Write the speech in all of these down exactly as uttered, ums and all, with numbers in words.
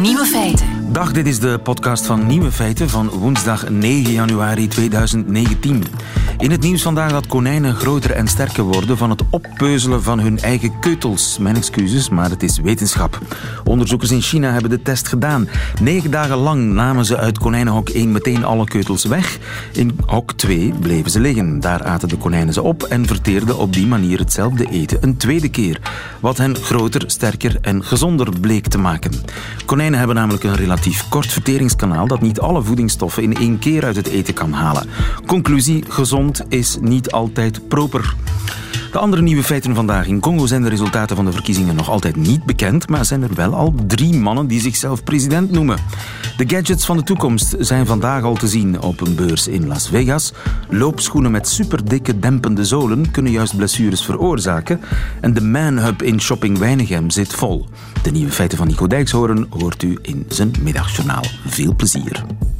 Nieuwe Feiten. Dag, dit is de podcast van Nieuwe Feiten van woensdag negen januari tweeduizend negentien. In het nieuws vandaag dat konijnen groter en sterker worden van het oppeuzelen van hun eigen keutels. Mijn excuses, maar het is wetenschap. Onderzoekers in China hebben de test gedaan. Negen dagen lang namen ze uit konijnenhok één meteen alle keutels weg. In hok twee bleven ze liggen. Daar aten de konijnen ze op en verteerden op die manier hetzelfde eten een tweede keer. Wat hen groter, sterker en gezonder bleek te maken. Konijnen hebben namelijk een relatief kort verteringskanaal dat niet alle voedingsstoffen in één keer uit het eten kan halen. Conclusie, gezond is niet altijd proper. De andere nieuwe feiten vandaag. In Congo zijn de resultaten van de verkiezingen nog altijd niet bekend, maar zijn er wel al drie mannen die zichzelf president noemen. De gadgets van de toekomst zijn vandaag al te zien op een beurs in Las Vegas. Loopschoenen met superdikke dempende zolen kunnen juist blessures veroorzaken. En de Man Hub in Shopping Weinigem zit vol. De nieuwe feiten van Nico Dijkshoorn hoort u in zijn middagjournaal. Veel plezier.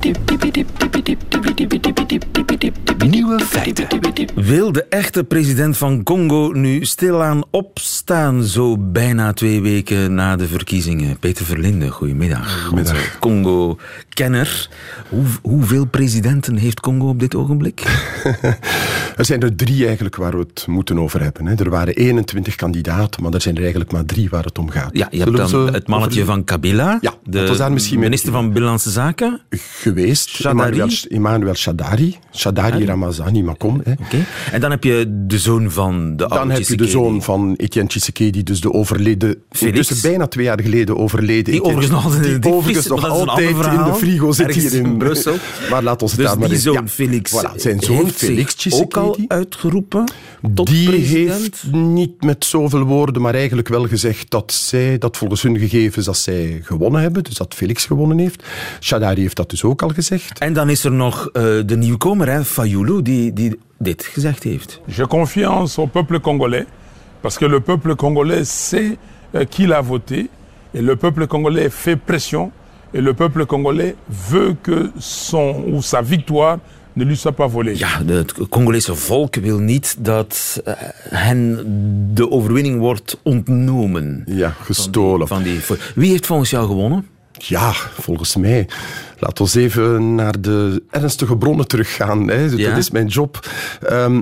Nieuwe feiten. Wil de echte president van Congo nu stilaan opstaan, zo bijna twee weken na de verkiezingen? Peter Verlinde, goedemiddag. Goedemiddag. Congo-kenner. Hoe, hoeveel presidenten heeft Congo op dit ogenblik? Er zijn er drie eigenlijk waar we het moeten over hebben. Hè. Er waren eenentwintig kandidaten, maar er zijn er eigenlijk maar drie waar het om gaat. Ja, je hebt dan het mannetje van Kabila, ja, de dat was daar misschien minister van Binnenlandse Zaken. Geweest, Emmanuel, Emmanuel Shadari. Shadari Ah, Ramazani Makom. Oké. Okay. En dan heb je de zoon van de oude Dan heb je de zoon van Etienne Tshisekedi, dus de overleden... Felix. Dus bijna twee jaar geleden overleden... Die overigens nog altijd, die overigens nog altijd in de frigo zit hier in, in Brussel. Maar laat ons het dus daar maar die in. zoon Ja, Felix, voilà, zijn zoon Felix Tshisekedi ook al uitgeroepen tot die president? heeft niet met zoveel woorden, maar eigenlijk wel gezegd dat zij, dat volgens hun gegevens, dat zij gewonnen hebben. Dus dat Felix gewonnen heeft. Shadari heeft dat dus ook al gezegd. En dan is er nog uh, de nieuwkomer, hè, Fayulu, die, die dit gezegd heeft. J'ai confiance au peuple congolais, parce que le peuple congolais sait euh, qui l'a voté, et le peuple congolais fait pression, et le peuple congolais veut que son ou sa victoire ne lui soit pas volée. Ja, de, het Congolese volk wil niet dat uh, hen de overwinning wordt ontnomen. Ja, gestolen. Van die, van die, wie heeft volgens jou gewonnen? Ja, volgens mij. Laten we even naar de ernstige bronnen teruggaan. Hè. Ja? Dat is mijn job. Um,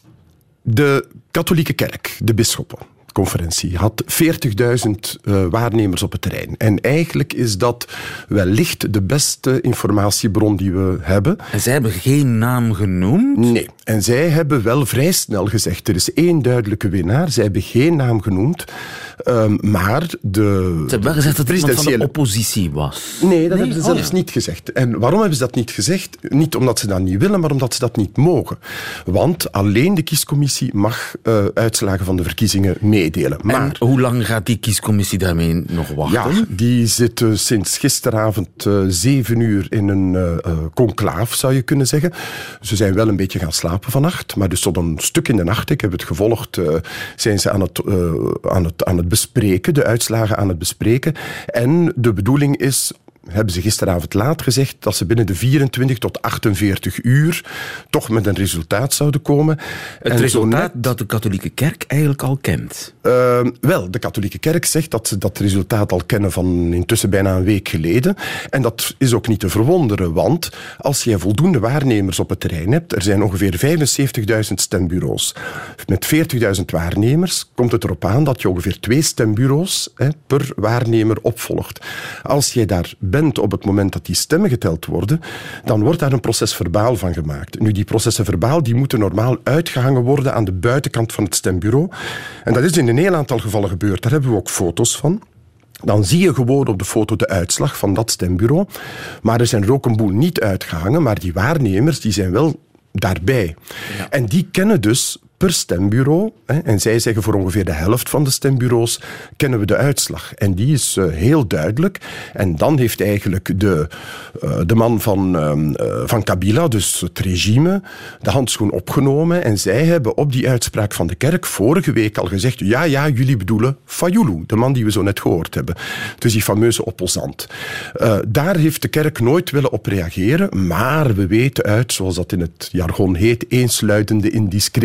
de katholieke kerk, de bisschoppen. Conferentie had veertigduizend uh, waarnemers op het terrein. En eigenlijk is dat wellicht de beste informatiebron die we hebben. En zij hebben geen naam genoemd? Nee. En zij hebben wel vrij snel gezegd, er is één duidelijke winnaar. Zij hebben geen naam genoemd. Um, maar de... Ze hebben wel gezegd dat het iemand van de oppositie was. Nee, dat nee? hebben ze zelfs oh, ja. niet gezegd. En waarom hebben ze dat niet gezegd? Niet omdat ze dat niet willen, maar omdat ze dat niet mogen. Want alleen de kiescommissie mag uh, uitslagen van de verkiezingen meedelen. Maar, en hoe lang gaat die kiescommissie daarmee nog wachten? Ja, die zitten sinds gisteravond uh, zeven uur in een uh, uh, conclaaf, zou je kunnen zeggen. Ze zijn wel een beetje gaan slapen vannacht, maar dus tot een stuk in de nacht, ik heb het gevolgd, uh, zijn ze aan het, uh, aan het, aan het bespreken, de uitslagen aan het bespreken. En de bedoeling is, hebben ze gisteravond laat gezegd, dat ze binnen de vierentwintig tot achtenveertig uur toch met een resultaat zouden komen. Het en resultaat net, dat de katholieke kerk eigenlijk al kent? Uh, wel, de katholieke kerk zegt dat ze dat resultaat al kennen van intussen bijna een week geleden. En dat is ook niet te verwonderen, want als jij voldoende waarnemers op het terrein hebt, er zijn ongeveer vijfenzeventigduizend stembureaus. Met veertigduizend waarnemers komt het erop aan dat je ongeveer twee stembureaus hè, per waarnemer opvolgt. Als jij daar bent op het moment dat die stemmen geteld worden, dan wordt daar een proces-verbaal van gemaakt. Nu, die processen-verbaal die moeten normaal uitgehangen worden aan de buitenkant van het stembureau. En dat is in een heel aantal gevallen gebeurd. Daar hebben we ook foto's van. Dan zie je gewoon op de foto de uitslag van dat stembureau. Maar er zijn er ook een boel niet uitgehangen, maar die waarnemers die zijn wel daarbij. Ja. En die kennen dus per stembureau, hè, en zij zeggen voor ongeveer de helft van de stembureaus, kennen we de uitslag. En die is uh, heel duidelijk. En dan heeft eigenlijk de, uh, de man van, uh, van Kabila, dus het regime, de handschoen opgenomen. En zij hebben op die uitspraak van de kerk vorige week al gezegd, ja, ja, jullie bedoelen Fayulu, de man die we zo net gehoord hebben. Dus die fameuze opposant. Uh, daar heeft de kerk nooit willen op reageren, maar we weten uit, zoals dat in het jargon heet, eensluidende indiscreties,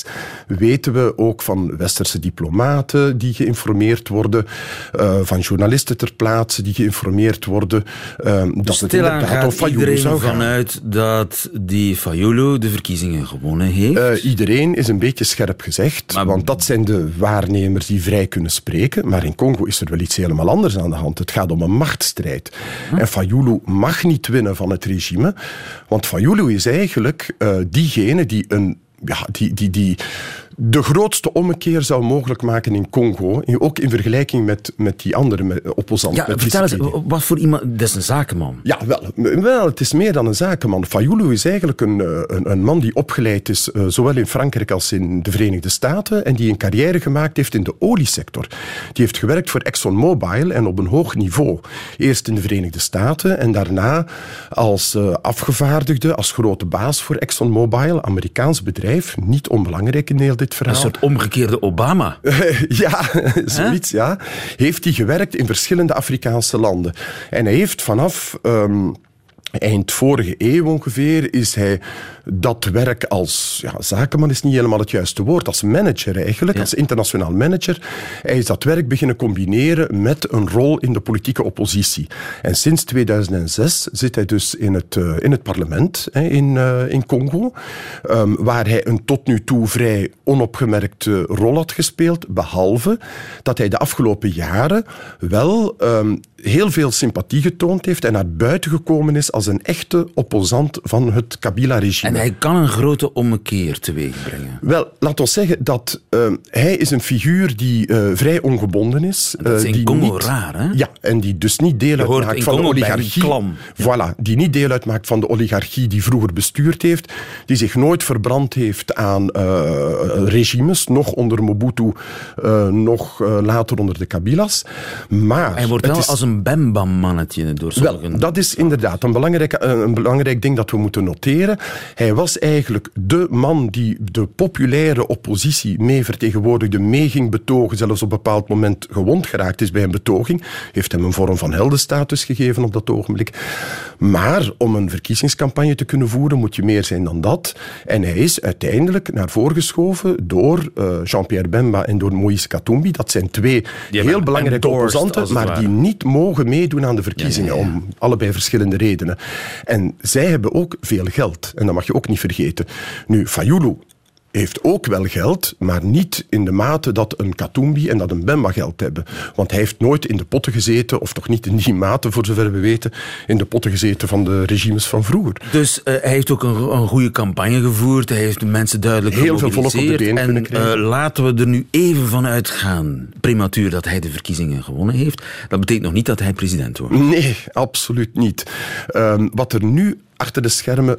is, weten we ook van westerse diplomaten die geïnformeerd worden, uh, van journalisten ter plaatse die geïnformeerd worden, uh, dat dus het inderdaad om Fayulu zou gaan. Vanuit dat die Fayulu de verkiezingen gewonnen heeft? Uh, iedereen is een beetje scherp gezegd, maar, want dat zijn de waarnemers die vrij kunnen spreken, maar in Congo is er wel iets helemaal anders aan de hand. Het gaat om een machtsstrijd. Hm? En Fayulu mag niet winnen van het regime, want Fayulu is eigenlijk uh, diegene die een Ja, die, die, die de grootste ommekeer zou mogelijk maken in Congo, ook in vergelijking met, met die andere opposanten. Ja, vertel eens, wat voor iemand... Dat is een zakenman. Ja, wel, wel, het is meer dan een zakenman. Fayulu is eigenlijk een, een, een man die opgeleid is, uh, zowel in Frankrijk als in de Verenigde Staten, en die een carrière gemaakt heeft in de oliesector. Die heeft gewerkt voor ExxonMobil en op een hoog niveau. Eerst in de Verenigde Staten en daarna als uh, afgevaardigde, als grote baas voor ExxonMobil, Amerikaans bedrijf, niet onbelangrijk in heel dit verhaal. Een soort omgekeerde Obama. ja, zoiets, huh? ja. Heeft hij gewerkt in verschillende Afrikaanse landen. En hij heeft vanaf um, eind vorige eeuw ongeveer is hij dat werk als ja, zakenman is niet helemaal het juiste woord, als manager eigenlijk, ja. als internationaal manager. Hij is dat werk beginnen combineren met een rol in de politieke oppositie. En sinds tweeduizend zes zit hij dus in het, uh, in het parlement hè, in, uh, in Congo, um, waar hij een tot nu toe vrij onopgemerkte rol had gespeeld, behalve dat hij de afgelopen jaren wel um, heel veel sympathie getoond heeft en naar buiten gekomen is als een echte opposant van het Kabila-regime. En hij kan een grote ommekeer teweegbrengen. Wel, laten we zeggen dat uh, hij is een figuur die uh, vrij ongebonden is. Dat is in die Congo niet, raar, hè? Ja, en die dus niet deel uitmaakt van de oligarchie. Voilà, die niet deel uitmaakt van de oligarchie die vroeger bestuurd heeft, die zich nooit verbrand heeft aan uh, regimes, nog onder Mobutu, uh, nog uh, later onder de Kabila's. Maar hij wordt wel is, als een bam-bam-mannetje door sommige... Wel, dat is inderdaad een belangrijk, een belangrijk ding dat we moeten noteren. Hij was eigenlijk de man die de populaire oppositie mee vertegenwoordigde, mee ging betogen, zelfs op een bepaald moment gewond geraakt is bij een betoging. Heeft hem een vorm van heldenstatus gegeven op dat ogenblik. Maar om een verkiezingscampagne te kunnen voeren, moet je meer zijn dan dat. En hij is uiteindelijk naar voren geschoven door uh, Jean-Pierre Bemba en door Moïse Katumbi. Dat zijn twee die heel belangrijke opposanten, maar die niet mogen meedoen aan de verkiezingen, ja, ja, ja. om allebei verschillende redenen. En zij hebben ook veel geld. En dat mag je ook niet vergeten. Nu, Fayulu heeft ook wel geld, maar niet in de mate dat een Katumbi en dat een Bemba geld hebben. Want hij heeft nooit in de potten gezeten, of toch niet in die mate, voor zover we weten, in de potten gezeten van de regimes van vroeger. Dus uh, hij heeft ook een, een goede campagne gevoerd, hij heeft de mensen duidelijk heel veel volk op de been en, kunnen krijgen. Uh, laten we er nu even van uitgaan, prematuur, dat hij de verkiezingen gewonnen heeft. Dat betekent nog niet dat hij president wordt. Nee, absoluut niet. Um, wat er nu achter de schermen,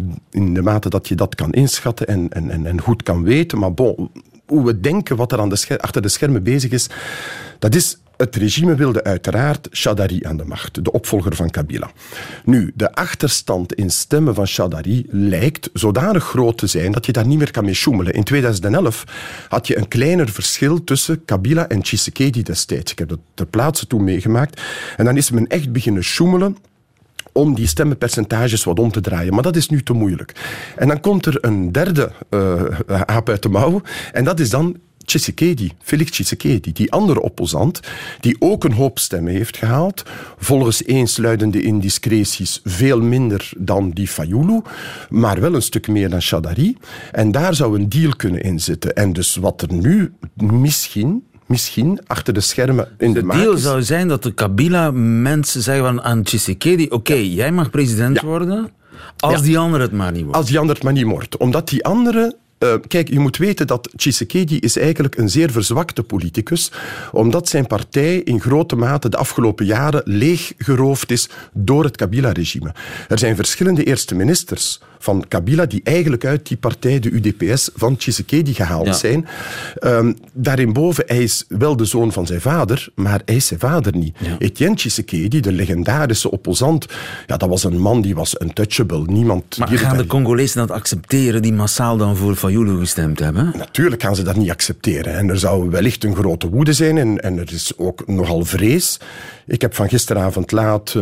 in de mate dat je dat kan inschatten en, en, en, en goed kan weten. Maar bon, hoe we denken wat er aan de scher- achter de schermen bezig is, dat is... Het regime wilde uiteraard Shadari aan de macht, de opvolger van Kabila. Nu, de achterstand in stemmen van Shadari lijkt zodanig groot te zijn dat je daar niet meer kan mee sjoemelen. In tweeduizend elf had je een kleiner verschil tussen Kabila en Tshisekedi destijds. Ik heb dat ter plaatse toen meegemaakt. En dan is men echt beginnen sjoemelen om die stemmenpercentages wat om te draaien. Maar dat is nu te moeilijk. En dan komt er een derde uh, aap uit de mouw. En dat is dan Tshisekedi, Félix Tshisekedi, die andere opposant, die ook een hoop stemmen heeft gehaald. Volgens eensluidende indiscreties veel minder dan die Fayulu, maar wel een stuk meer dan Shadari. En daar zou een deal kunnen in zitten. En dus wat er nu misschien... Misschien achter de schermen in de, de maak deal is. zou zijn dat de Kabila-mensen zeggen aan Tshisekedi, oké, okay, ja. jij mag president ja. worden, als ja. die andere het maar niet wordt. Als die andere het maar niet wordt. Omdat die andere... Uh, kijk, je moet weten dat Tshisekedi is eigenlijk een zeer verzwakte politicus, omdat zijn partij in grote mate de afgelopen jaren leeggeroofd is door het Kabila-regime. Er zijn verschillende eerste ministers van Kabila die eigenlijk uit die partij, de U D P S, van Tshisekedi gehaald ja. zijn. Um, daarinboven, hij is wel de zoon van zijn vader, maar hij is zijn vader niet. Ja. Etienne Tshisekedi, de legendarische opposant, ja, dat was een man die was untouchable. Niemand maar gaan de Congolezen dat accepteren die massaal dan voor Fayulu gestemd hebben? Natuurlijk gaan ze dat niet accepteren. En er zou wellicht een grote woede zijn en, en er is ook nogal vrees. Ik heb van gisteravond laat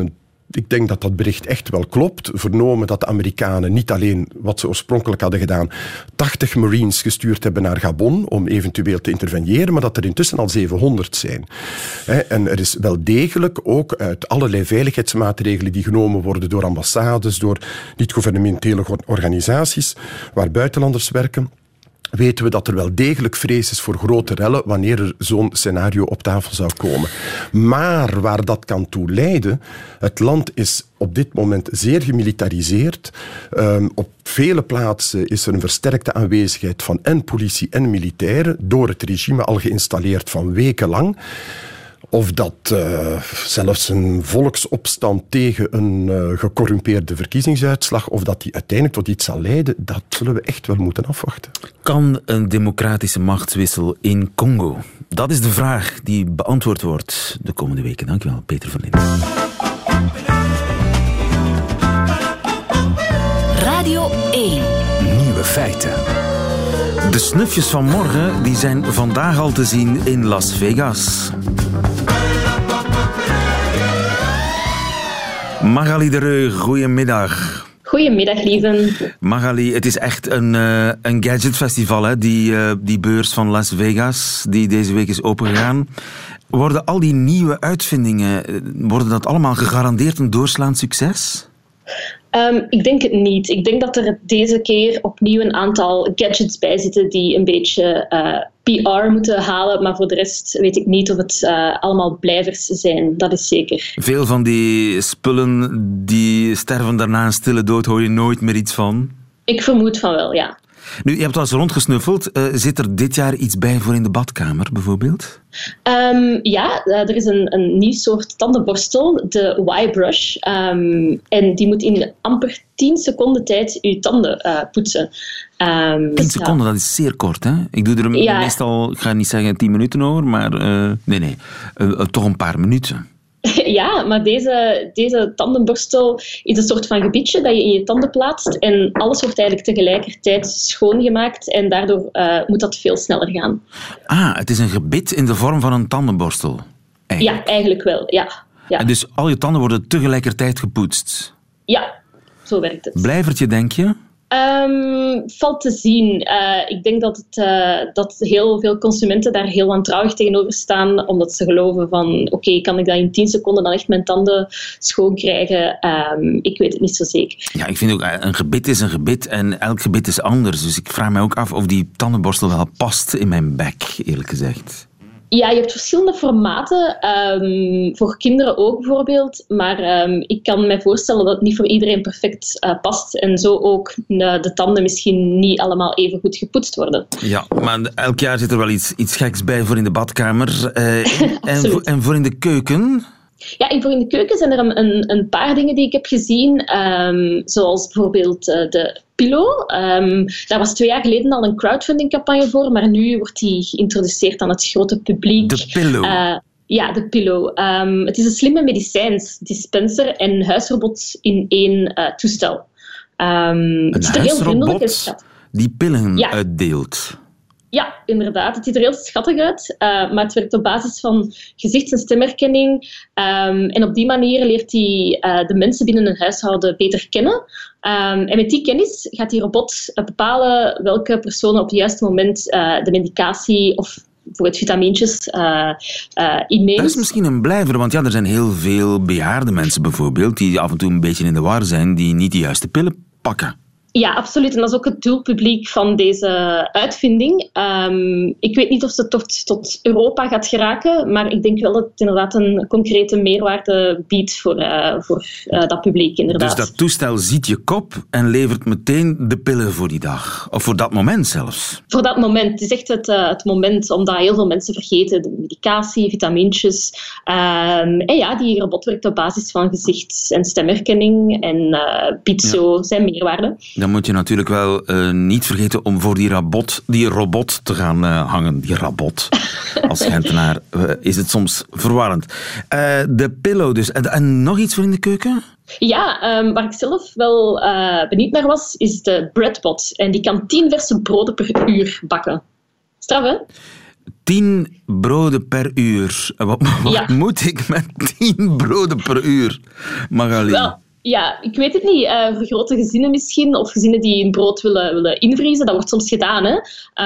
ik denk dat dat bericht echt wel klopt. Vernomen dat de Amerikanen niet alleen wat ze oorspronkelijk hadden gedaan, tachtig Marines gestuurd hebben naar Gabon om eventueel te interveneren, maar dat er intussen al zevenhonderd zijn. En er is wel degelijk ook uit allerlei veiligheidsmaatregelen die genomen worden door ambassades, door niet-gouvernementele organisaties waar buitenlanders werken, weten we dat er wel degelijk vrees is voor grote rellen wanneer er zo'n scenario op tafel zou komen. Maar waar dat kan toe leiden, het land is op dit moment zeer gemilitariseerd. Um, op vele plaatsen is er een versterkte aanwezigheid van en politie en militairen, door het regime al geïnstalleerd van wekenlang. Of dat uh, zelfs een volksopstand tegen een uh, gecorrumpeerde verkiezingsuitslag, of dat die uiteindelijk tot iets zal leiden, dat zullen we echt wel moeten afwachten. Kan een democratische machtswissel in Congo? Dat is de vraag die beantwoord wordt de komende weken. Dankjewel, Peter van Linden. Radio één. Nieuwe feiten. De snufjes van morgen die zijn vandaag al te zien in Las Vegas. Magali de Reu, goedemiddag. Goedemiddag, lieven. Magali, het is echt een, uh, een gadgetfestival, hè? Die, uh, die beurs van Las Vegas, die deze week is opengegaan. Worden al die nieuwe uitvindingen, worden dat allemaal gegarandeerd een doorslaand succes? Um, ik denk het niet. Ik denk dat er deze keer opnieuw een aantal gadgets bij zitten die een beetje uh, P R moeten halen, maar voor de rest weet ik niet of het uh, allemaal blijvers zijn. Dat is zeker. Veel van die spullen die sterven daarna een stille dood, hoor je nooit meer iets van? Ik vermoed van wel, ja. Nu, je hebt al eens rondgesnuffeld. Uh, zit er dit jaar iets bij voor in de badkamer, bijvoorbeeld? Um, ja, uh, er is een, een nieuw soort tandenborstel, de Y-brush. Um, en die moet in amper tien seconden tijd je tanden uh, poetsen. Um, tien seconden, ja. Dat is zeer kort, hè? Ik doe er ja. meestal, ik ga niet zeggen tien minuten over, maar uh, nee, nee, uh, uh, toch een paar minuten. Ja, maar deze, deze tandenborstel is een soort van gebiedje dat je in je tanden plaatst en alles wordt eigenlijk tegelijkertijd schoongemaakt en daardoor uh, moet dat veel sneller gaan. Ah, het is een gebit in de vorm van een tandenborstel? Eigenlijk. Ja, eigenlijk wel, ja. ja. En dus al je tanden worden tegelijkertijd gepoetst? Ja, zo werkt het. Blijvertje, denk je? Um, valt te zien. Uh, ik denk dat, het, uh, dat heel veel consumenten daar heel wantrouwig tegenover staan, omdat ze geloven van oké, okay, kan ik dat in tien seconden dan echt mijn tanden schoon krijgen? Um, ik weet het niet zo zeker. Ja, ik vind ook, een gebit is een gebit en elk gebit is anders. Dus ik vraag me ook af of die tandenborstel wel past in mijn bek, eerlijk gezegd. Ja, je hebt verschillende formaten, um, voor kinderen ook bijvoorbeeld, maar um, ik kan me voorstellen dat het niet voor iedereen perfect uh, past en zo ook uh, de tanden misschien niet allemaal even goed gepoetst worden. Ja, maar elk jaar zit er wel iets, iets geks bij voor in de badkamer uh, en, voor, en voor in de keuken. Ja, en voor in de keuken zijn er een, een, een paar dingen die ik heb gezien, um, zoals bijvoorbeeld uh, de Pillow. Um, daar was twee jaar geleden al een crowdfundingcampagne voor, maar nu wordt die geïntroduceerd aan het grote publiek. De Pillow? Uh, ja, de Pillow. Um, het is een slimme medicijnsdispenser en huisrobot in één uh, toestel. Um, een het ziet er heel vriendelijk uit. Die pillen ja. uitdeelt? Ja, inderdaad. Het ziet er heel schattig uit, uh, maar het werkt op basis van gezichts- en stemherkenning. Um, en op die manier leert hij uh, de mensen binnen een huishouden beter kennen. Um, en met die kennis gaat die robot uh, bepalen welke personen op het juiste moment uh, de medicatie of voor het vitamintjes uh, uh, inneemt. Dat is misschien een blijver, want ja, er zijn heel veel bejaarde mensen bijvoorbeeld die af en toe een beetje in de war zijn, die niet de juiste pillen pakken. Ja, absoluut. En dat is ook het doelpubliek van deze uitvinding. Um, ik weet niet of ze tot, tot Europa gaat geraken, maar ik denk wel dat het inderdaad een concrete meerwaarde biedt voor, uh, voor uh, dat publiek. Inderdaad. Dus dat toestel ziet je kop en levert meteen de pillen voor die dag? Of voor dat moment zelfs? Voor dat moment. Het is echt het, uh, het moment omdat heel veel mensen vergeten de medicatie, vitamintjes. Um, en ja, die robot werkt op basis van gezichts- en stemherkenning en uh, biedt ja. zo zijn meerwaarde. Dan moet je natuurlijk wel uh, niet vergeten om voor die, rabot, die robot te gaan uh, hangen. Die rabot. Als Gentenaar uh, is het soms verwarrend. Uh, de Pillow dus. En, en nog iets voor in de keuken? Ja, um, waar ik zelf wel uh, benieuwd naar was, is de Breadbot. En die kan tien verse broden per uur bakken. Straf, hè? Tien broden per uur. Wat, wat ja. moet ik met tien broden per uur, Magali? Wel, ja, ik weet het niet. Uh, voor grote gezinnen misschien, of gezinnen die hun brood willen, willen invriezen, dat wordt soms gedaan. Hè?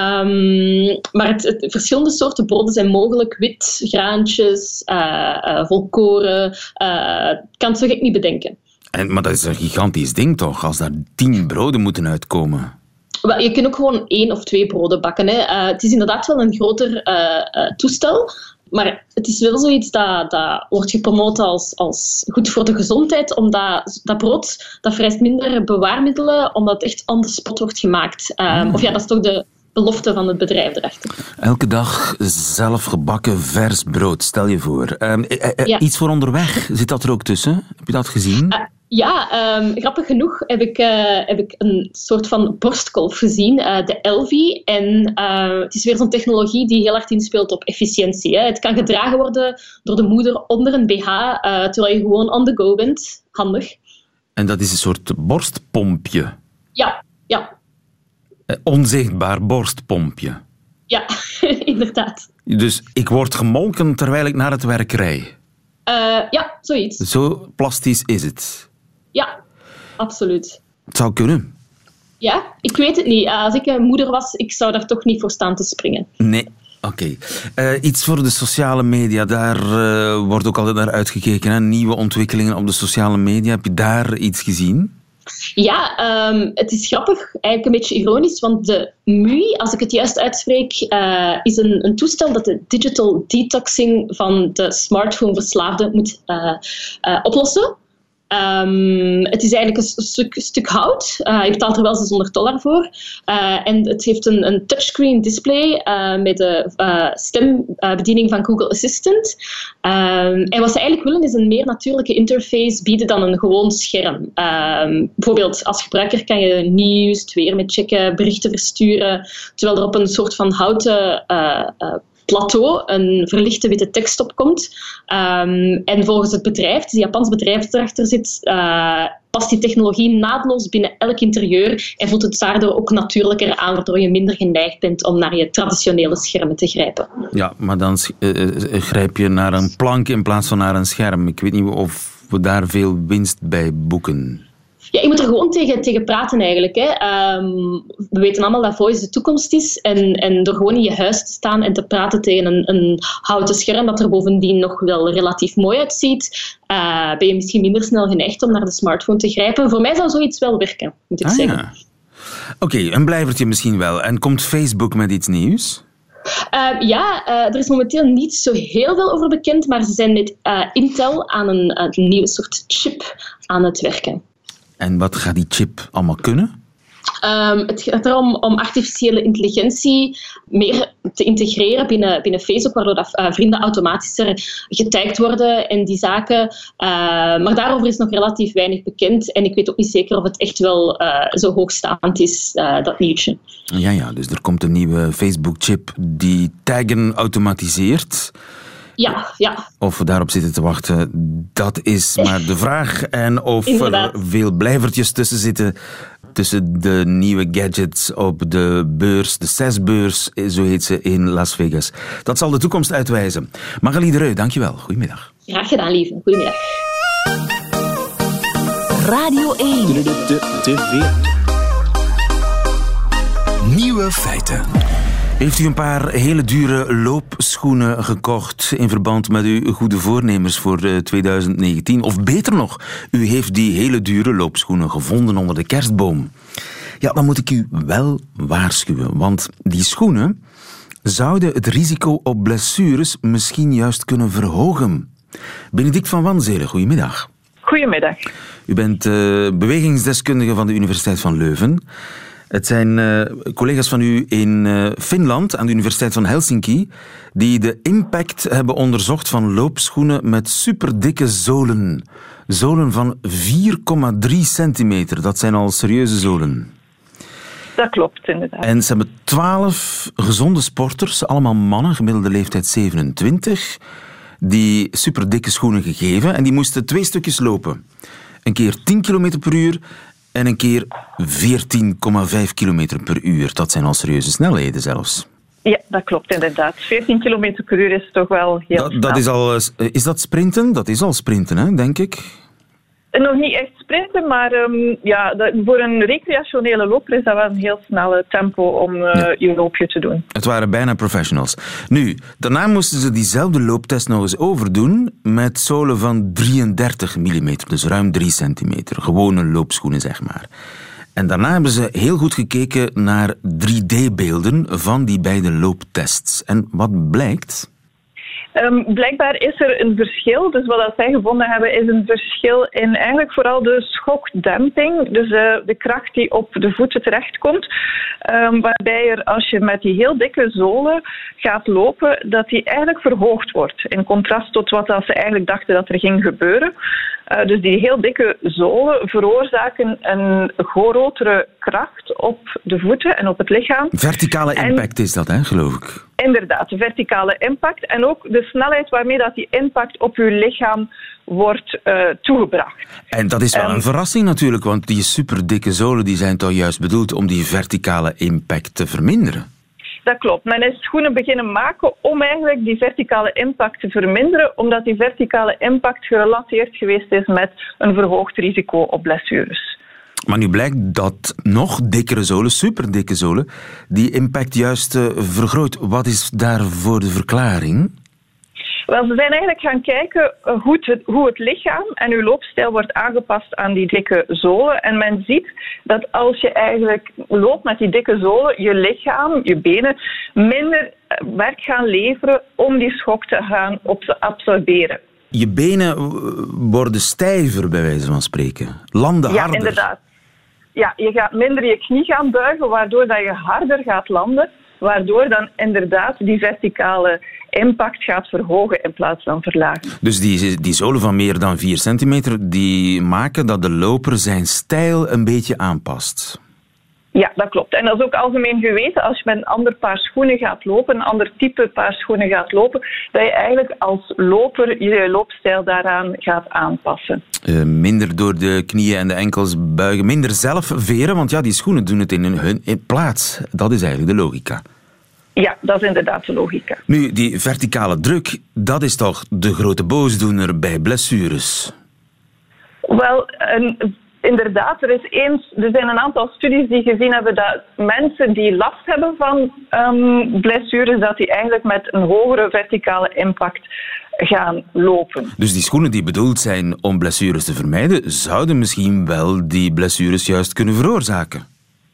Um, maar het, het, verschillende soorten broden zijn mogelijk. Wit, graantjes, uh, uh, volkoren. Uh, ik kan het zo gek niet bedenken. En, maar dat is een gigantisch ding toch, als daar tien broden moeten uitkomen? Wel, je kunt ook gewoon één of twee broden bakken. Hè. Uh, het is inderdaad wel een groter uh, uh, toestel. Maar het is wel zoiets dat, dat wordt gepromoot als, als goed voor de gezondheid. Omdat dat brood dat vereist minder bewaarmiddelen, omdat het echt on the spot wordt gemaakt. Um, mm. Of ja, dat is toch de belofte van het bedrijf erachter. Elke dag zelf gebakken vers brood, stel je voor. Um, uh, uh, ja. Iets voor onderweg, zit dat er ook tussen? Heb je dat gezien? Uh, Ja, um, grappig genoeg heb ik, uh, heb ik een soort van borstkolf gezien, uh, de Elvi. En uh, het is weer zo'n technologie die heel hard inspeelt op efficiëntie. Hè. Het kan gedragen worden door de moeder onder een B H, uh, terwijl je gewoon on the go bent. Handig. En dat is een soort borstpompje? Ja, ja. Uh, onzichtbaar borstpompje? Ja, inderdaad. Dus ik word gemolken terwijl ik naar het werk rij? Uh, ja, zoiets. Zo plastisch is het? Ja, absoluut. Het zou kunnen. Ja, ik weet het niet. Als ik een moeder was, ik zou daar toch niet voor staan te springen. Nee, oké. Okay. Uh, iets voor de sociale media. Daar uh, wordt ook altijd naar uitgekeken. Hè? Nieuwe ontwikkelingen op de sociale media. Heb je daar iets gezien? Ja, um, het is grappig, eigenlijk een beetje ironisch, want de M U I, als ik het juist uitspreek, uh, is een, een toestel dat de digital detoxing van de smartphone-verslaafden moet uh, uh, oplossen. Um, het is eigenlijk een stuk, stuk hout. Uh, je betaalt er wel zeshonderd dollar voor. Uh, en het heeft een, een touchscreen display uh, met de uh, stembediening van Google Assistant. Um, en wat ze eigenlijk willen is een meer natuurlijke interface bieden dan een gewoon scherm. Um, bijvoorbeeld als gebruiker kan je nieuws, het weer mee checken, berichten versturen, terwijl er op een soort van houten uh, uh, plateau een verlichte witte tekst opkomt. Um, en volgens het bedrijf, het Japans bedrijf dat erachter zit, uh, past die technologie naadloos binnen elk interieur en voelt het daardoor ook natuurlijker aan, waardoor je minder geneigd bent om naar je traditionele schermen te grijpen. Ja, maar dan uh, grijp je naar een plank in plaats van naar een scherm. Ik weet niet of we daar veel winst bij boeken. Ja, je moet er gewoon tegen, tegen praten eigenlijk. Hè. Um, we weten allemaal dat voice de toekomst is. En, en door gewoon in je huis te staan en te praten tegen een, een houten scherm dat er bovendien nog wel relatief mooi uitziet, uh, ben je misschien minder snel geneigd om naar de smartphone te grijpen. Voor mij zou zoiets wel werken, moet ik ah, zeggen. Ja. Oké, okay, een blijvertje misschien wel. En komt Facebook met iets nieuws? Uh, ja, uh, er is momenteel niet zo heel veel over bekend, maar ze zijn met uh, Intel aan een, een nieuwe soort chip aan het werken. En wat gaat die chip allemaal kunnen? Um, het gaat erom om artificiële intelligentie meer te integreren binnen, binnen Facebook, waardoor dat, uh, vrienden automatischer getagd worden en die zaken. Uh, maar daarover is nog relatief weinig bekend en ik weet ook niet zeker of het echt wel uh, zo hoogstaand is, uh, dat nieuwtje. Ja, ja, dus er komt een nieuwe Facebook-chip die taggen automatiseert. Ja, ja. Of we daarop zitten te wachten, dat is maar de vraag. En of Inderdaad. er veel blijvertjes tussen zitten, tussen de nieuwe gadgets op de beurs, de C E S-beurs, zo heet ze in Las Vegas. Dat zal de toekomst uitwijzen. Magali de Reu, dankjewel. Goedemiddag. Graag gedaan, lieve. Goedemiddag. Radio één. Nieuwe feiten. Heeft u een paar hele dure loopschoenen gekocht in verband met uw goede voornemens voor twintig negentien? Of beter nog, u heeft die hele dure loopschoenen gevonden onder de kerstboom? Ja, dan moet ik u wel waarschuwen, want die schoenen zouden het risico op blessures misschien juist kunnen verhogen. Benedict van Wanzelen, goedemiddag. Goedemiddag. U bent uh, bewegingsdeskundige van de Universiteit van Leuven. Het zijn uh, collega's van u in uh, Finland, aan de Universiteit van Helsinki, die de impact hebben onderzocht van loopschoenen met superdikke zolen. Zolen van vier komma drie centimeter. Dat zijn al serieuze zolen. Dat klopt, inderdaad. En ze hebben twaalf gezonde sporters, allemaal mannen, gemiddelde leeftijd zevenentwintig, die superdikke schoenen gegeven. En die moesten twee stukjes lopen. Een keer tien kilometer per uur en een keer veertien komma vijf kilometer per uur. Dat zijn al serieuze snelheden zelfs. Ja, dat klopt inderdaad. veertien kilometer per uur is toch wel heel dat, snel. dat is, al, is dat sprinten? Dat is al sprinten, hè, denk ik. Nog niet echt sprinten, maar um, ja, dat, voor een recreationele loper is dat wel een heel snelle tempo om uh, ja. je loopje te doen. Het waren bijna professionals. Nu, daarna moesten ze diezelfde looptest nog eens overdoen met zolen van drieëndertig millimeter, dus ruim drie centimeter. Gewone loopschoenen, zeg maar. En daarna hebben ze heel goed gekeken naar drie D-beelden van die beide looptests. En wat blijkt? Um, blijkbaar is er een verschil. Dus wat zij gevonden hebben is een verschil in eigenlijk vooral de schokdemping. Dus uh, de kracht die op de voeten terechtkomt. Um, waarbij er als je met die heel dikke zolen gaat lopen, dat die eigenlijk verhoogd wordt. In contrast tot wat ze eigenlijk dachten dat er ging gebeuren. Uh, dus die heel dikke zolen veroorzaken een grotere kracht op de voeten en op het lichaam. Verticale impact en, is dat, hè, geloof ik. Inderdaad, de verticale impact. En ook de snelheid waarmee dat die impact op je lichaam wordt uh, toegebracht. En dat is wel um, een verrassing natuurlijk, want die superdikke zolen die zijn toch juist bedoeld om die verticale impact te verminderen? Dat klopt. Men is schoenen beginnen maken om eigenlijk die verticale impact te verminderen, omdat die verticale impact gerelateerd geweest is met een verhoogd risico op blessures. Maar nu blijkt dat nog dikkere zolen, superdikke zolen, die impact juist uh, vergroot. Wat is daarvoor de verklaring? Wel, ze zijn eigenlijk gaan kijken hoe het, hoe het lichaam en uw loopstijl wordt aangepast aan die dikke zolen. En men ziet dat als je eigenlijk loopt met die dikke zolen, je lichaam, je benen, minder werk gaan leveren om die schok te gaan absorberen. Je benen worden stijver, bij wijze van spreken. Landen harder. Ja, inderdaad. Ja, je gaat minder je knie gaan buigen, waardoor dat je harder gaat landen. Waardoor dan inderdaad die verticale impact gaat verhogen in plaats van verlagen. Dus die, die zolen van meer dan vier centimeter, die maken dat de loper zijn stijl een beetje aanpast. Ja, dat klopt. En dat is ook algemeen geweten. Als je met een ander paar schoenen gaat lopen, een ander type paar schoenen gaat lopen, dat je eigenlijk als loper je loopstijl daaraan gaat aanpassen. Uh, minder door de knieën en de enkels buigen, minder zelf veren, want ja, die schoenen doen het in hun in plaats. Dat is eigenlijk de logica. Ja, dat is inderdaad de logica. Nu, die verticale druk, dat is toch de grote boosdoener bij blessures? Wel, een... Inderdaad, er, is eens, er zijn een aantal studies die gezien hebben dat mensen die last hebben van um, blessures, dat die eigenlijk met een hogere verticale impact gaan lopen. Dus die schoenen die bedoeld zijn om blessures te vermijden, zouden misschien wel die blessures juist kunnen veroorzaken?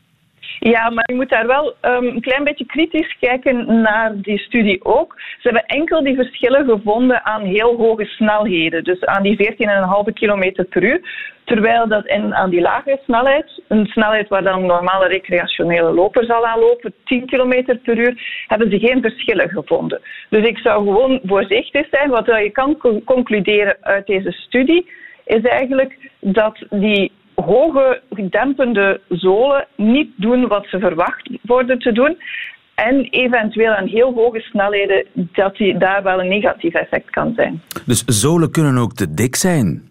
Ja, maar je moet daar wel um, een klein beetje kritisch kijken naar die studie ook. Ze hebben enkel die verschillen gevonden aan heel hoge snelheden, dus aan die veertien komma vijf kilometer per uur. Terwijl dat in, aan die lagere snelheid, een snelheid waar dan een normale recreationele loper zal aanlopen, tien kilometer per uur, hebben ze geen verschillen gevonden. Dus ik zou gewoon voorzichtig zijn. Wat je kan co- concluderen uit deze studie, is eigenlijk dat die hoge dempende zolen niet doen wat ze verwacht worden te doen. En eventueel aan heel hoge snelheden dat die daar wel een negatief effect kan zijn. Dus zolen kunnen ook te dik zijn?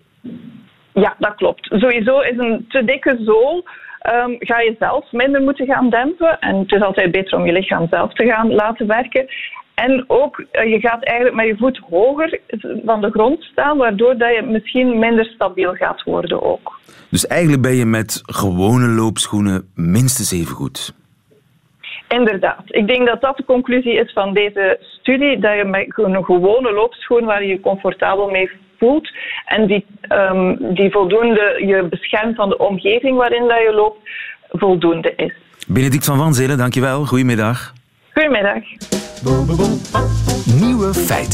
Ja, dat klopt. Sowieso is een te dikke zool, um, ga je zelf minder moeten gaan dempen. En het is altijd beter om je lichaam zelf te gaan laten werken. En ook, uh, je gaat eigenlijk met je voet hoger van de grond staan, waardoor dat je misschien minder stabiel gaat worden ook. Dus eigenlijk ben je met gewone loopschoenen minstens even goed? Inderdaad. Ik denk dat dat de conclusie is van deze studie, dat je met een gewone loopschoen waar je je comfortabel mee voelt en die, um, die voldoende je beschermt van de omgeving waarin dat je loopt, voldoende is. Benedict van Wanzelen, dankjewel. Goedemiddag. Goedemiddag. Nieuwe feiten.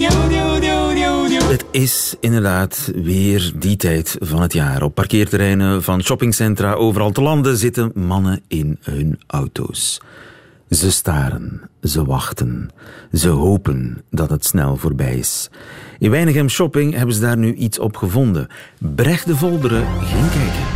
Het is inderdaad weer die tijd van het jaar. Op parkeerterreinen van shoppingcentra overal te landen zitten mannen in hun auto's. Ze staren, ze wachten, ze hopen dat het snel voorbij is. In Weinigem Shopping hebben ze daar nu iets op gevonden. Brecht de Volderen ging kijken.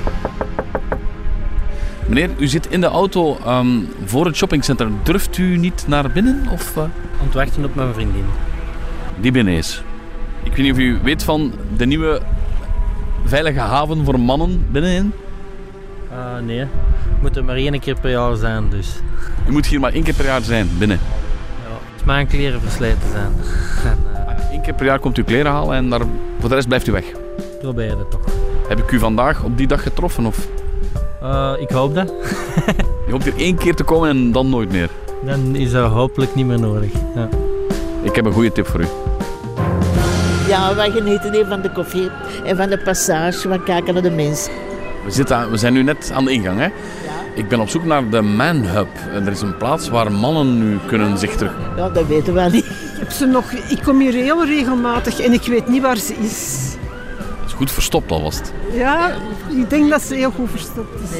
Meneer, u zit in de auto um, voor het shoppingcentrum. Durft u niet naar binnen? Of, uh... Aan het wachten op mijn vriendin. Die binnen is. Ik weet niet of u weet van de nieuwe veilige haven voor mannen binnenin. Uh, nee, we moeten maar één keer per jaar zijn dus. Je moet hier maar één keer per jaar zijn, binnen? Ja, het is mijn kleren versleten zijn. En, uh, Eén keer per jaar komt u kleren halen en daar, voor de rest blijft u weg? Probeer het toch. Heb ik u vandaag op die dag getroffen? Of? Uh, ik hoop dat. Je hoopt hier één keer te komen en dan nooit meer? Dan is dat hopelijk niet meer nodig. Ja. Ik heb een goede tip voor u. Ja, wij genieten hier van de koffie en van de passage. We kijken naar de mensen. We, zitten, we zijn nu net aan de ingang, hè? Ja. Ik ben op zoek naar de Man Hub. Er is een plaats waar mannen nu kunnen zich terug... Ja, dat weten we niet. Ik, heb ze nog, ik kom hier heel regelmatig en ik weet niet waar ze is. Het is goed verstopt alvast. Ja, ik denk dat ze heel goed verstopt is.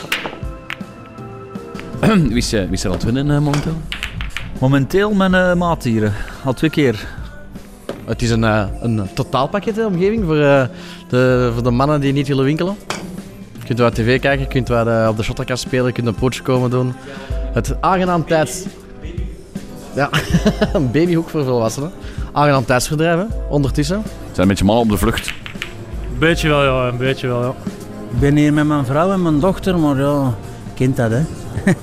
Nee. Wie is, wie is er aan het winnen uh, momenteel? Momenteel mijn uh, maatdieren. Al twee keer. Het is een, uh, een totaalpakket, de omgeving, voor, uh, de, voor de mannen die niet willen winkelen. Je kunt wat tv kijken, je kunt wat uh, op de shottelkast spelen, je kunt een pootje komen doen. Het aangenaam tijds... Ja, een babyhoek voor volwassenen. Aangenaam tijdsverdrijf, hè, ondertussen. Zijn een beetje mannen op de vlucht? Een beetje wel, ja. Een beetje wel, ja. Ik ben hier met mijn vrouw en mijn dochter, maar ja, kent dat, hè.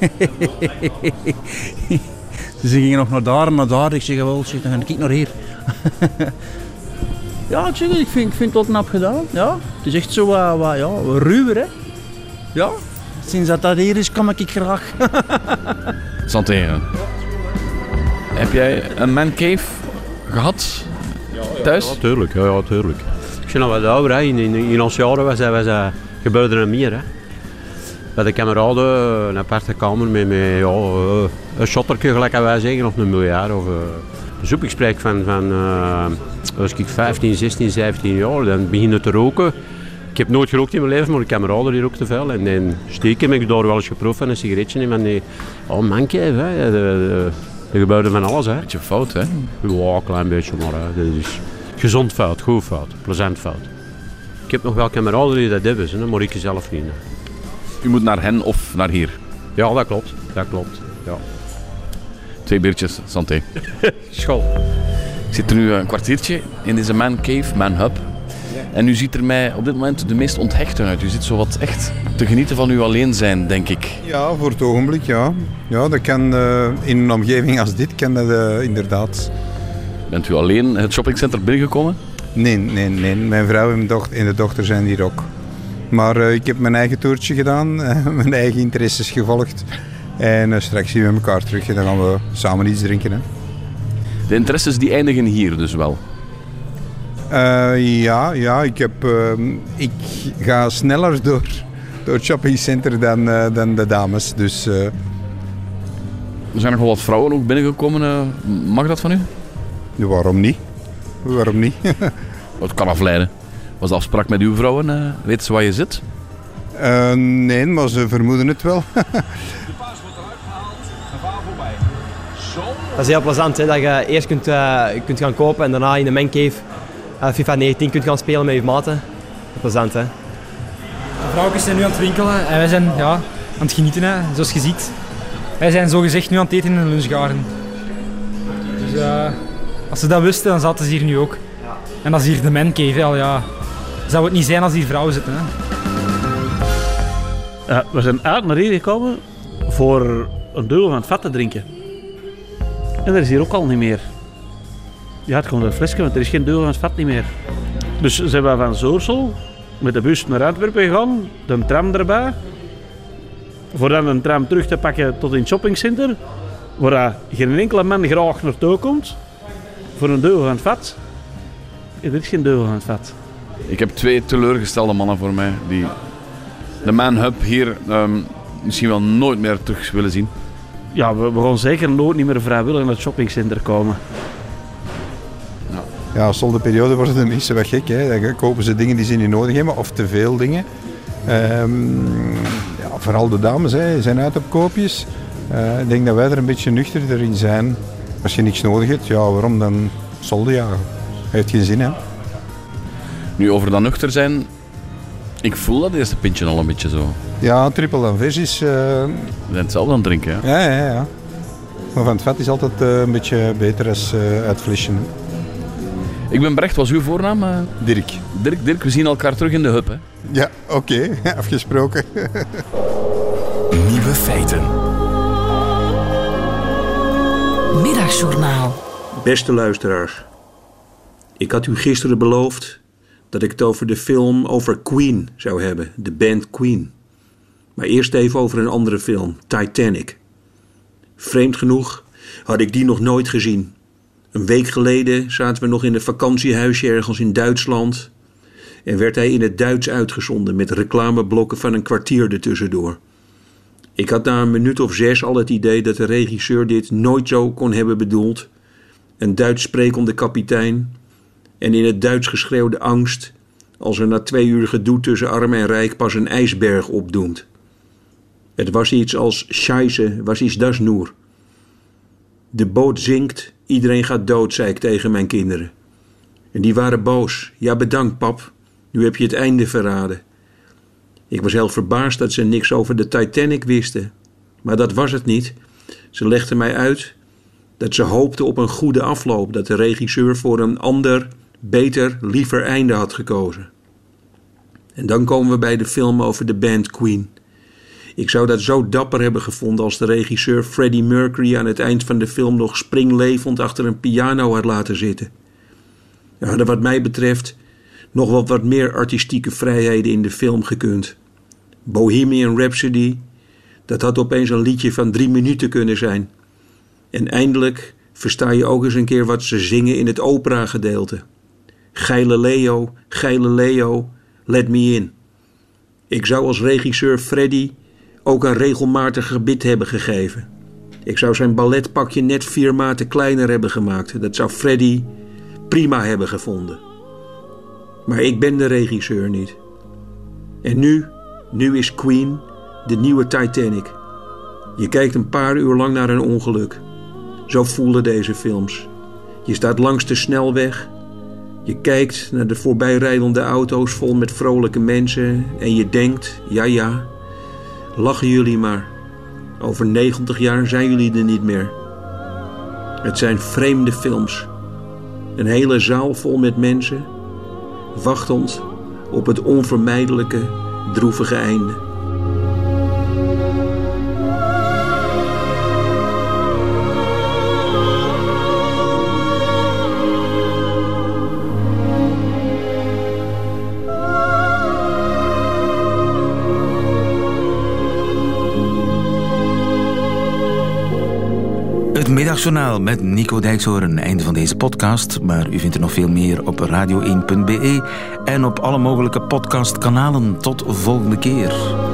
Ze gingen nog naar daar en naar daar. Ik zeg, wel, zeg, dan ga ik naar hier. Ja, ik zeg, ik vind, ik vind het wel knap gedaan. Ja, het is echt zo wat, wat ja, ruwer, hè. Ja, sinds dat dat hier is, kom ik graag. Santé. Heb jij een man cave gehad thuis? Ja, tuurlijk. Ja, ja, tuurlijk. Ik ben al wat ouder, hè. In, in, in ons jaren was dat, was dat, gebeurde er meer. Hè. Bij de kameraden een aparte kamer met, met ja, een shottertje, gelijk wij zeggen, of een miljard. Of, uh. Dus ik spreek van, van uh, als ik vijftien, zestien, zeventien jaar, dan begin ik te roken. Ik heb nooit gerookt in mijn leven, maar de kameraden die rookten veel. En, en stiekem heb ik daar wel eens geproefd van een sigaretje in. Van die, oh mankje, hè. De, de, er gebeurde van alles. Hè. Beetje fout, hè? Ja, een klein beetje, maar hè. Dat is gezond fout, goed fout, plezant fout. Ik heb nog wel kameraden die dat hebben, hè, maar ik zelf niet. Hè. U moet naar hen of naar hier? Ja, dat klopt. Dat klopt. Ja. Twee biertjes, santé. School. Ik zit er nu een kwartiertje in deze Man Cave, Man Hub. En u ziet er mij op dit moment de meest onthechte uit. U zit zo wat echt te genieten van uw alleen zijn, denk ik. Ja, voor het ogenblik, ja. Ja, dat kan uh, in een omgeving als dit, kan dat uh, inderdaad. Bent u alleen het shoppingcenter binnengekomen? Nee, nee, nee. Mijn vrouw en, mijn dochter, en de dochter zijn hier ook. Maar uh, ik heb mijn eigen toertje gedaan, uh, mijn eigen interesses gevolgd. En uh, straks zien we elkaar terug en dan gaan we samen iets drinken. Hè. De interesses die eindigen hier dus wel? Uh, ja, ja ik, heb, uh, ik ga sneller door, door het shoppingcenter dan, uh, dan de dames. Dus, uh... Er zijn nog wel wat vrouwen ook binnengekomen. Uh, mag dat van u? Ja, waarom niet? Waarom niet? Het kan afleiden. Was de afspraak met uw vrouwen? Uh, weten ze waar je zit? Uh, nee, maar ze vermoeden het wel. Dat is heel plezant, hè, dat je eerst kunt, uh, kunt gaan kopen en daarna in de Man Cave uh, FIFA negentien kunt gaan spelen met je maten. Plezant, hè. De vrouwtjes zijn nu aan het winkelen en wij zijn ja, aan het genieten, hè, zoals je ziet. Wij zijn zogezegd nu aan het eten in een lunchgarden. Dus uh, als ze dat wisten, dan zaten ze hier nu ook. En dat is hier de Man Cave, al ja. Zou het niet zijn als hier vrouwen zitten, hè. Uh, we zijn uit naar hier gekomen voor een dubbel van het vat te drinken. En dat is hier ook al niet meer. Je had gewoon een flesje, want er is geen dubbel van het vat niet meer. Dus zijn we van Zoorsel met de bus naar Antwerpen gegaan, de tram erbij. Voor dan een tram terug te pakken tot in het shoppingcenter, waar geen enkele man graag naartoe komt. Voor een dubbel van het vat. En dit is geen dubbel van het vat. Ik heb twee teleurgestelde mannen voor mij die de Man Hub hier um, misschien wel nooit meer terug willen zien. Ja, we, we gaan zeker nooit niet meer vrijwillig naar het shoppingcenter komen. Ja, ja als het de periode wordt het niet zo wat gek. Hè. Dan kopen ze dingen die ze niet nodig hebben, of te veel dingen. Um, ja, vooral de dames hè, zijn uit op koopjes. Uh, ik denk dat wij er een beetje nuchterder in zijn. Als je niks nodig hebt, ja, waarom dan solde jagen? Heeft geen zin, hè? Nu, over dat nuchter zijn, ik voel dat eerste pintje al een beetje zo. Ja, triple dan vis is... Uh... We zijn hetzelfde aan het drinken, ja. Ja, ja, ja. Maar van het vet is altijd uh, een beetje beter als uh, uit flesje. Ik ben Brecht, was uw voornaam? Uh... Dirk. Dirk, Dirk, we zien elkaar terug in de hub, hè? Ja, oké, okay. Afgesproken. Nieuwe feiten. Middagjournaal. Beste luisteraars, ik had u gisteren beloofd dat ik het over de film over Queen zou hebben, de band Queen. Maar eerst even over een andere film, Titanic. Vreemd genoeg had ik die nog nooit gezien. Een week geleden zaten we nog in een vakantiehuisje ergens in Duitsland en werd hij in het Duits uitgezonden met reclameblokken van een kwartier ertussendoor. Ik had na een minuut of zes al het idee dat de regisseur dit nooit zo kon hebben bedoeld. Een Duits sprekende kapitein en in het Duits geschreeuwde angst als er na twee uur gedoe tussen arm en rijk pas een ijsberg opdoemt. Het was iets als scheisse, was is das nur? De boot zinkt, iedereen gaat dood, zei ik tegen mijn kinderen. En die waren boos. Ja, bedankt pap, nu heb je het einde verraden. Ik was heel verbaasd dat ze niks over de Titanic wisten. Maar dat was het niet. Ze legden mij uit dat ze hoopten op een goede afloop, dat de regisseur voor een ander, beter, liever einde had gekozen. En dan komen we bij de film over de band Queen. Ik zou dat zo dapper hebben gevonden als de regisseur Freddie Mercury aan het eind van de film nog springlevend achter een piano had laten zitten. Er hadden wat mij betreft nog wel wat meer artistieke vrijheden in de film gekund. Bohemian Rhapsody, dat had opeens een liedje van drie minuten kunnen zijn. En eindelijk versta je ook eens een keer wat ze zingen in het opera-gedeelte. Galileo, Galileo, let me in. Ik zou als regisseur Freddie ook een regelmatig gebit hebben gegeven. Ik zou zijn balletpakje net vier maten kleiner hebben gemaakt. Dat zou Freddie prima hebben gevonden. Maar ik ben de regisseur niet. En nu, nu is Queen de nieuwe Titanic. Je kijkt een paar uur lang naar een ongeluk. Zo voelen deze films. Je staat langs de snelweg. Je kijkt naar de voorbijrijdende auto's vol met vrolijke mensen. En je denkt, ja ja, lachen jullie maar. Over negentig jaar zijn jullie er niet meer. Het zijn vreemde films. Een hele zaal vol met mensen, wachtend op het onvermijdelijke, droevige einde. Het Middagjournaal met Nico Dijkshoorn. Einde van deze podcast, maar u vindt er nog veel meer op radio één punt be en op alle mogelijke podcastkanalen. Tot volgende keer.